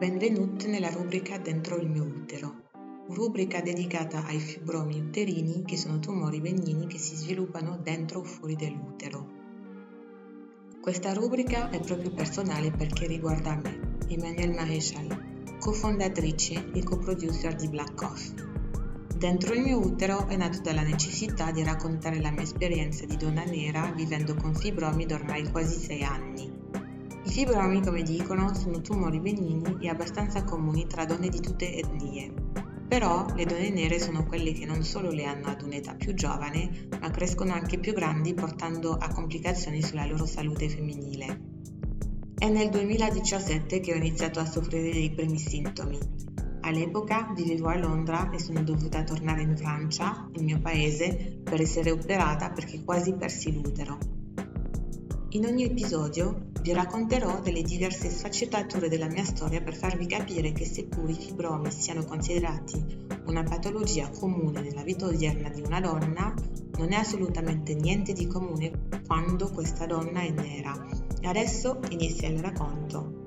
Benvenuti nella rubrica Dentro il mio utero, rubrica dedicata ai fibromi uterini che sono tumori benigni che si sviluppano dentro o fuori dell'utero. Questa rubrica è proprio personale perché riguarda me, Emmanuel Maréchal, cofondatrice e coproducer di Black Coffee. Dentro il mio utero è nato dalla necessità di raccontare la mia esperienza di donna nera vivendo con fibromi da ormai quasi 6 anni. I fibromi, come dicono, sono tumori benigni e abbastanza comuni tra donne di tutte etnie. Però le donne nere sono quelle che non solo le hanno ad un'età più giovane, ma crescono anche più grandi portando a complicazioni sulla loro salute femminile. È nel 2017 che ho iniziato a soffrire dei primi sintomi. All'epoca vivevo a Londra e sono dovuta tornare in Francia, il mio paese, per essere operata perché quasi persi l'utero. In ogni episodio vi racconterò delle diverse sfaccettature della mia storia per farvi capire che seppur i fibromi siano considerati una patologia comune nella vita odierna di una donna, non è assolutamente niente di comune quando questa donna è nera. E adesso inizia il racconto.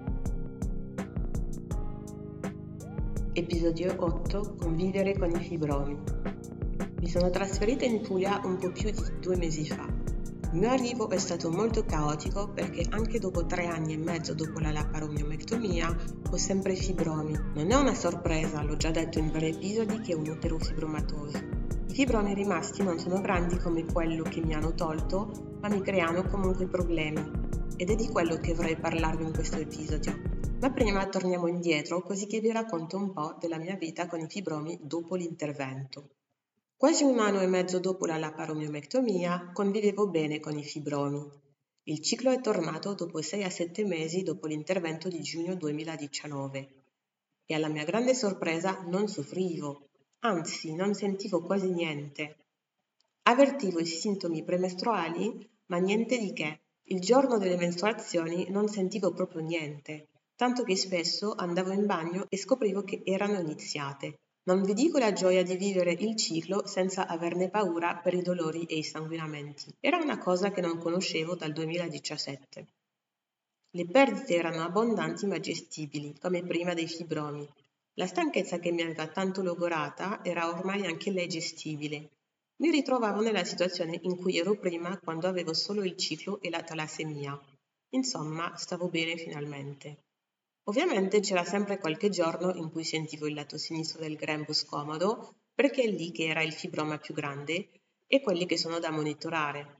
Episodio 8. Convivere con i fibromi. Mi sono trasferita in Puglia un po' più di 2 mesi fa. Il mio arrivo è stato molto caotico perché anche dopo 3 anni e mezzo dopo la laparomiomectomia ho sempre fibromi. Non è una sorpresa, l'ho già detto in vari episodi che ho un utero fibromatoso. I fibromi rimasti non sono grandi come quello che mi hanno tolto, ma mi creano comunque problemi. Ed è di quello che vorrei parlarvi in questo episodio. Ma prima torniamo indietro così che vi racconto un po' della mia vita con i fibromi dopo l'intervento. Quasi 1 anno e mezzo dopo la laparomiomectomia convivevo bene con i fibromi. Il ciclo è tornato dopo 6 a 7 mesi dopo l'intervento di giugno 2019 e alla mia grande sorpresa non soffrivo, anzi non sentivo quasi niente. Avvertivo i sintomi premestruali, ma niente di che. Il giorno delle mestruazioni non sentivo proprio niente, tanto che spesso andavo in bagno e scoprivo che erano iniziate. Non vi dico la gioia di vivere il ciclo senza averne paura per i dolori e i sanguinamenti. Era una cosa che non conoscevo dal 2017. Le perdite erano abbondanti ma gestibili, come prima dei fibromi. La stanchezza che mi aveva tanto logorata era ormai anche lei gestibile. Mi ritrovavo nella situazione in cui ero prima quando avevo solo il ciclo e la talassemia. Insomma, stavo bene finalmente. Ovviamente c'era sempre qualche giorno in cui sentivo il lato sinistro del grembo scomodo, perché è lì che era il fibroma più grande, e quelli che sono da monitorare.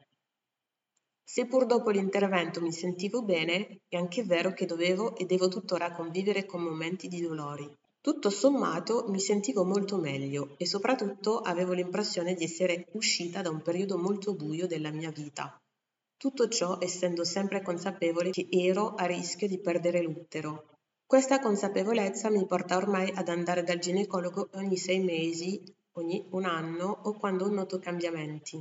Seppur dopo l'intervento mi sentivo bene, è anche vero che dovevo e devo tuttora convivere con momenti di dolori. Tutto sommato mi sentivo molto meglio e soprattutto avevo l'impressione di essere uscita da un periodo molto buio della mia vita. Tutto ciò essendo sempre consapevole che ero a rischio di perdere l'utero. Questa consapevolezza mi porta ormai ad andare dal ginecologo ogni 6 mesi, ogni 1 anno o quando noto cambiamenti.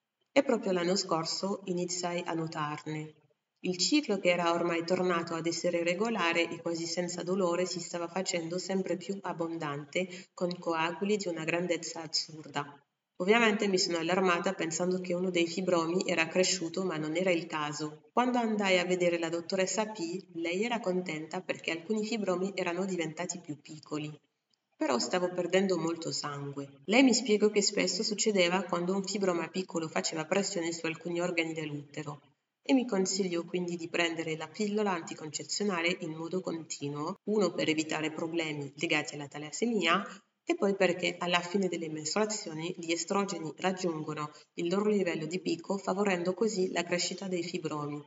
E proprio l'anno scorso iniziai a notarne. Il ciclo che era ormai tornato ad essere regolare e quasi senza dolore si stava facendo sempre più abbondante con coaguli di una grandezza assurda. Ovviamente mi sono allarmata pensando che uno dei fibromi era cresciuto, ma non era il caso. Quando andai a vedere la dottoressa P, lei era contenta perché alcuni fibromi erano diventati più piccoli. Però stavo perdendo molto sangue. Lei mi spiegò che spesso succedeva quando un fibroma piccolo faceva pressione su alcuni organi dell'utero e mi consigliò quindi di prendere la pillola anticoncezionale in modo continuo, uno per evitare problemi legati alla talassemia e poi perché alla fine delle mestruazioni gli estrogeni raggiungono il loro livello di picco favorendo così la crescita dei fibromi.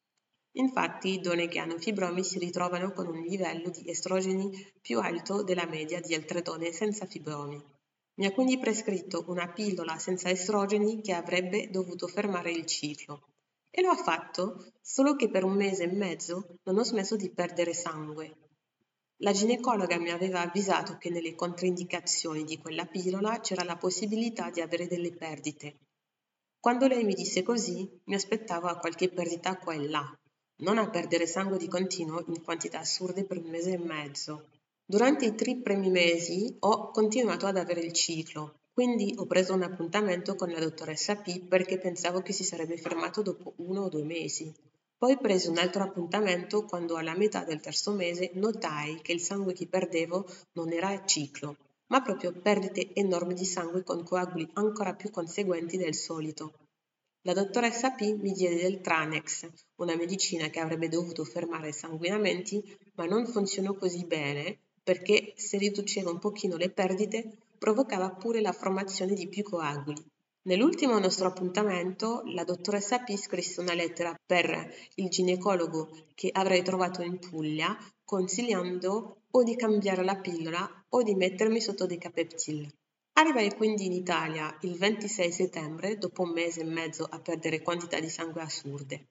Infatti, donne che hanno fibromi si ritrovano con un livello di estrogeni più alto della media di altre donne senza fibromi. Mi ha quindi prescritto una pillola senza estrogeni che avrebbe dovuto fermare il ciclo. E lo ha fatto, solo che per 1 mese e mezzo non ho smesso di perdere sangue. La ginecologa mi aveva avvisato che nelle controindicazioni di quella pillola c'era la possibilità di avere delle perdite. Quando lei mi disse così, mi aspettavo a qualche perdita qua e là, non a perdere sangue di continuo in quantità assurde per 1 mese e mezzo. Durante i 3 primi mesi ho continuato ad avere il ciclo, quindi ho preso un appuntamento con la dottoressa P perché pensavo che si sarebbe fermato dopo 1 o 2 mesi. Poi presi un altro appuntamento quando alla metà del terzo mese notai che il sangue che perdevo non era ciclo, ma proprio perdite enormi di sangue con coaguli ancora più conseguenti del solito. La dottoressa P mi diede del Tranex, una medicina che avrebbe dovuto fermare i sanguinamenti, ma non funzionò così bene perché se riduceva un pochino le perdite provocava pure la formazione di più coaguli. Nell'ultimo nostro appuntamento, la dottoressa P scrisse una lettera per il ginecologo che avrei trovato in Puglia, consigliando o di cambiare la pillola o di mettermi sotto Decapeptyl. Arrivai quindi in Italia il 26 settembre, dopo un mese e mezzo a perdere quantità di sangue assurde.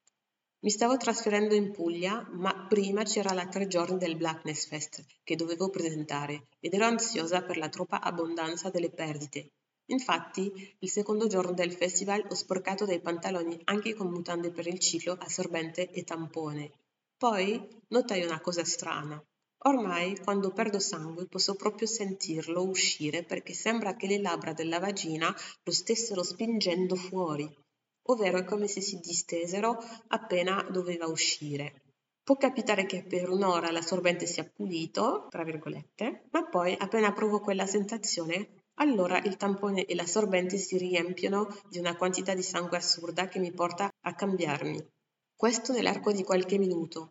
Mi stavo trasferendo in Puglia, ma prima c'era la 3 giorni del Blackness Fest che dovevo presentare ed ero ansiosa per la troppa abbondanza delle perdite. Infatti, il secondo giorno del festival ho sporcato dei pantaloni anche con mutande per il ciclo, assorbente e tampone. Poi notai una cosa strana. Ormai, quando perdo sangue, posso proprio sentirlo uscire perché sembra che le labbra della vagina lo stessero spingendo fuori, ovvero è come se si distesero appena doveva uscire. Può capitare che per un'ora l'assorbente sia pulito, tra virgolette, ma poi appena provo quella sensazione, allora il tampone e l'assorbente si riempiono di una quantità di sangue assurda che mi porta a cambiarmi. Questo nell'arco di qualche minuto.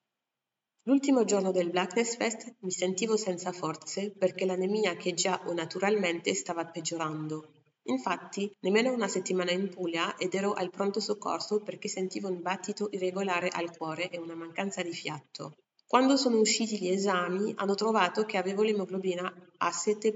L'ultimo giorno del Blackness Fest mi sentivo senza forze perché l'anemia che già ho naturalmente stava peggiorando. Infatti, nemmeno una settimana in Puglia ed ero al pronto soccorso perché sentivo un battito irregolare al cuore e una mancanza di fiato. Quando sono usciti gli esami, hanno trovato che avevo l'emoglobina a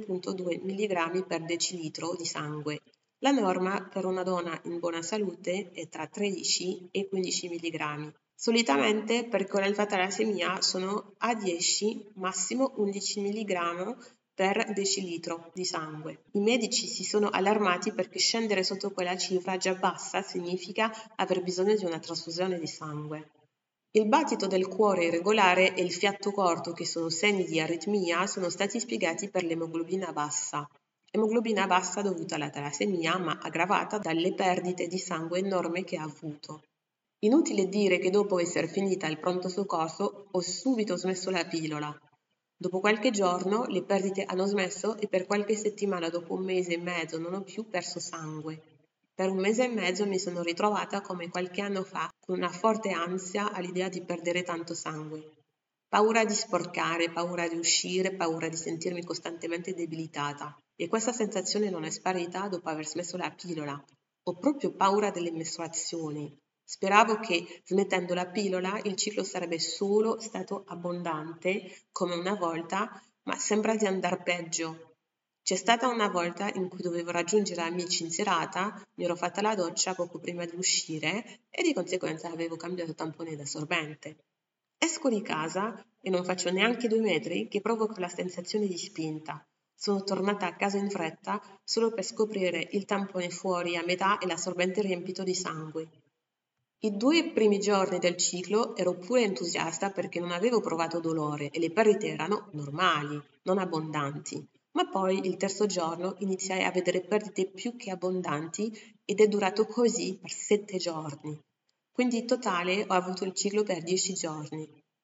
7,2 mg per decilitro di sangue. La norma per una donna in buona salute è tra 13 e 15 mg. Solitamente per con l'alfa-talassemia sono a 10, massimo 11 mg per decilitro di sangue. I medici si sono allarmati perché scendere sotto quella cifra già bassa significa aver bisogno di una trasfusione di sangue. Il battito del cuore irregolare e il fiato corto, che sono segni di aritmia, sono stati spiegati per l'emoglobina bassa. Emoglobina bassa dovuta alla talassemia, ma aggravata dalle perdite di sangue enorme che ha avuto. Inutile dire che dopo essere finita il pronto soccorso ho subito smesso la pillola. Dopo qualche giorno le perdite hanno smesso e per qualche settimana dopo un mese e mezzo non ho più perso sangue. Per un mese e mezzo mi sono ritrovata come qualche anno fa con una forte ansia all'idea di perdere tanto sangue. Paura di sporcare, paura di uscire, paura di sentirmi costantemente debilitata. E questa sensazione non è sparita dopo aver smesso la pillola. Ho proprio paura delle mestruazioni. Speravo che, smettendo la pillola, il ciclo sarebbe solo stato abbondante, come una volta, ma sembra di andar peggio. C'è stata una volta in cui dovevo raggiungere amici in serata, mi ero fatta la doccia poco prima di uscire e di conseguenza avevo cambiato tampone ed assorbente. Esco di casa e non faccio neanche 2 metri che provoco la sensazione di spinta. Sono tornata a casa in fretta solo per scoprire il tampone fuori a metà e l'assorbente riempito di sangue. I 2 primi giorni del ciclo ero pure entusiasta perché non avevo provato dolore e le perdite erano normali, non abbondanti. Ma poi il terzo giorno iniziai a vedere perdite più che abbondanti ed è durato così per 7 giorni. Quindi in totale ho avuto il ciclo per 10 giorni.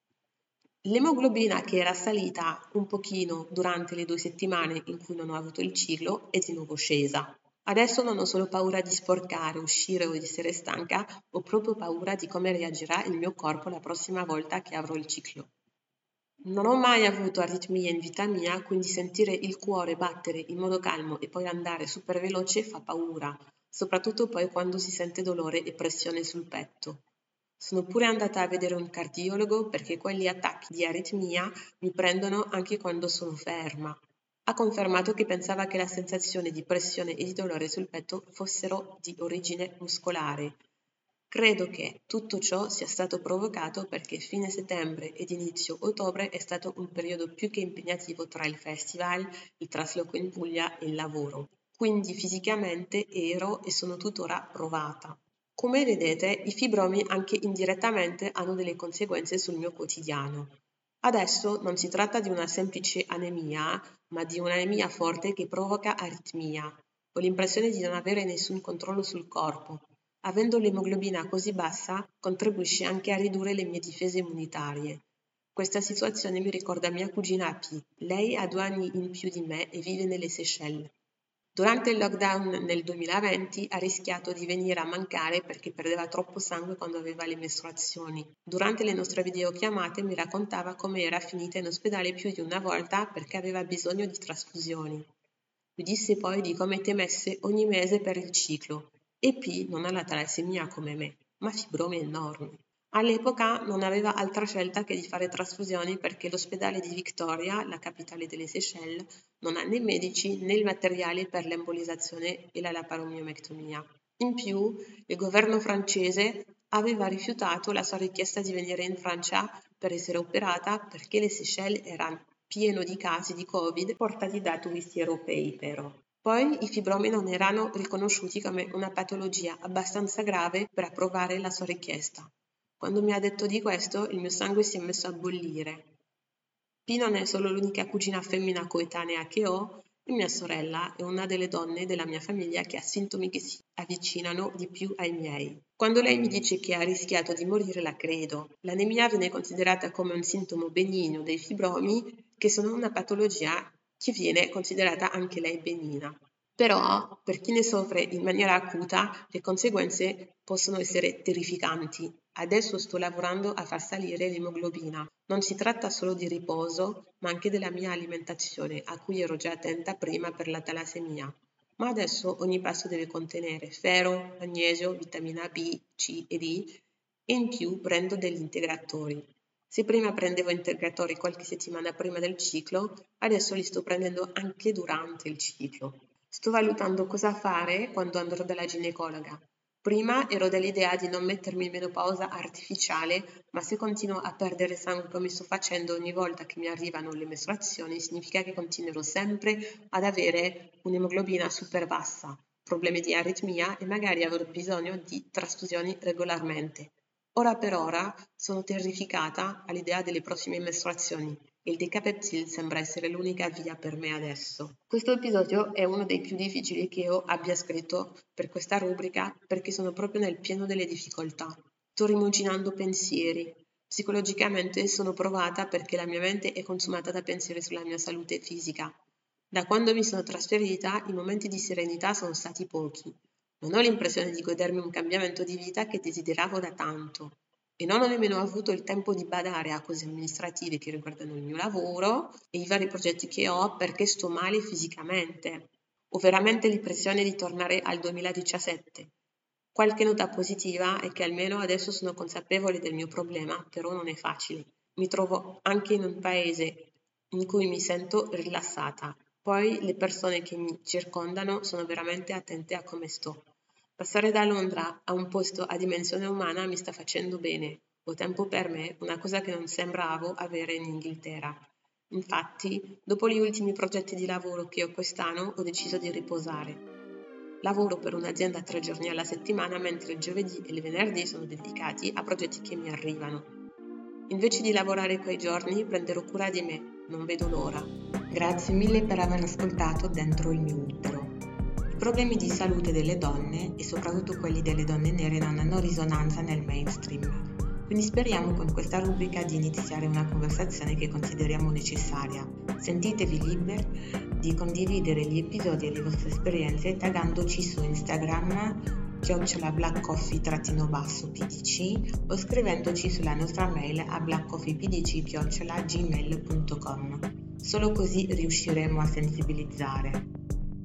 L'emoglobina che era salita un pochino durante le 2 settimane in cui non ho avuto il ciclo è di nuovo scesa. Adesso non ho solo paura di sporcare, uscire o di essere stanca, ho proprio paura di come reagirà il mio corpo la prossima volta che avrò il ciclo. Non ho mai avuto aritmie in vita mia, quindi sentire il cuore battere in modo calmo e poi andare super veloce fa paura, soprattutto poi quando si sente dolore e pressione sul petto. Sono pure andata a vedere un cardiologo perché quegli attacchi di aritmia mi prendono anche quando sono ferma. Ha confermato che pensava che la sensazione di pressione e di dolore sul petto fossero di origine muscolare. Credo che tutto ciò sia stato provocato perché fine settembre ed inizio ottobre è stato un periodo più che impegnativo tra il festival, il trasloco in Puglia e il lavoro. Quindi fisicamente ero e sono tuttora provata. Come vedete, i fibromi anche indirettamente hanno delle conseguenze sul mio quotidiano. Adesso non si tratta di una semplice anemia, ma di un'anemia forte che provoca aritmia. Ho l'impressione di non avere nessun controllo sul corpo. Avendo l'emoglobina così bassa, contribuisce anche a ridurre le mie difese immunitarie. Questa situazione mi ricorda mia cugina P. Lei ha 2 anni in più di me e vive nelle Seychelles. Durante il lockdown nel 2020 ha rischiato di venire a mancare perché perdeva troppo sangue quando aveva le mestruazioni. Durante le nostre videochiamate mi raccontava come era finita in ospedale più di una volta perché aveva bisogno di trasfusioni. Mi disse poi di come temesse ogni mese per il ciclo. E P non ha la talassemia come me, ma fibromi enormi. All'epoca non aveva altra scelta che di fare trasfusioni perché l'ospedale di Victoria, la capitale delle Seychelles, non ha né medici né il materiale per l'embolizzazione e la laparomiomectomia. In più, il governo francese aveva rifiutato la sua richiesta di venire in Francia per essere operata perché le Seychelles erano pieno di casi di Covid portati da turisti europei però. Poi i fibromi non erano riconosciuti come una patologia abbastanza grave per approvare la sua richiesta. Quando mi ha detto di questo, il mio sangue si è messo a bollire. P non è solo l'unica cugina femmina coetanea che ho, e mia sorella è una delle donne della mia famiglia che ha sintomi che si avvicinano di più ai miei. Quando lei mi dice che ha rischiato di morire, la credo. L'anemia viene considerata come un sintomo benigno dei fibromi, che sono una patologia che viene considerata anche lei benigna. Però, per chi ne soffre in maniera acuta, le conseguenze possono essere terrificanti. Adesso sto lavorando a far salire l'emoglobina. Non si tratta solo di riposo, ma anche della mia alimentazione, a cui ero già attenta prima per la talassemia. Ma adesso ogni pasto deve contenere ferro, magnesio, vitamina B, C e D, e in più prendo degli integratori. Se prima prendevo integratori qualche settimana prima del ciclo, adesso li sto prendendo anche durante il ciclo. Sto valutando cosa fare quando andrò dalla ginecologa. Prima ero dell'idea di non mettermi in menopausa artificiale, ma se continuo a perdere sangue come sto facendo ogni volta che mi arrivano le mestruazioni, significa che continuerò sempre ad avere un'emoglobina super bassa, problemi di aritmia e magari avrò bisogno di trasfusioni regolarmente. Ora per ora sono terrificata all'idea delle prossime mestruazioni. Il Decapeptyl sembra essere l'unica via per me adesso. Questo episodio è uno dei più difficili che io abbia scritto per questa rubrica perché sono proprio nel pieno delle difficoltà. Sto rimuginando pensieri. Psicologicamente sono provata perché la mia mente è consumata da pensieri sulla mia salute fisica. Da quando mi sono trasferita, i momenti di serenità sono stati pochi. Non ho l'impressione di godermi un cambiamento di vita che desideravo da tanto. E non ho nemmeno avuto il tempo di badare a cose amministrative che riguardano il mio lavoro e i vari progetti che ho perché sto male fisicamente. Ho veramente l'impressione di tornare al 2017. Qualche nota positiva è che almeno adesso sono consapevole del mio problema, però non è facile. Mi trovo anche in un paese in cui mi sento rilassata. Poi le persone che mi circondano sono veramente attente a come sto. Passare da Londra a un posto a dimensione umana mi sta facendo bene. Ho tempo per me, una cosa che non sembravo avere in Inghilterra. Infatti, dopo gli ultimi progetti di lavoro che ho quest'anno, ho deciso di riposare. Lavoro per un'azienda 3 giorni alla settimana, mentre il giovedì e il venerdì sono dedicati a progetti che mi arrivano. Invece di lavorare quei giorni, prenderò cura di me. Non vedo l'ora. Grazie mille per aver ascoltato Dentro il mio utero. I problemi di salute delle donne, e soprattutto quelli delle donne nere, non hanno risonanza nel mainstream. Quindi speriamo con questa rubrica di iniziare una conversazione che consideriamo necessaria. Sentitevi liberi di condividere gli episodi e le vostre esperienze taggandoci su Instagram @blackcoffee_pdc o scrivendoci sulla nostra mail a blackcoffeepdc@gmail.com. Solo così riusciremo a sensibilizzare.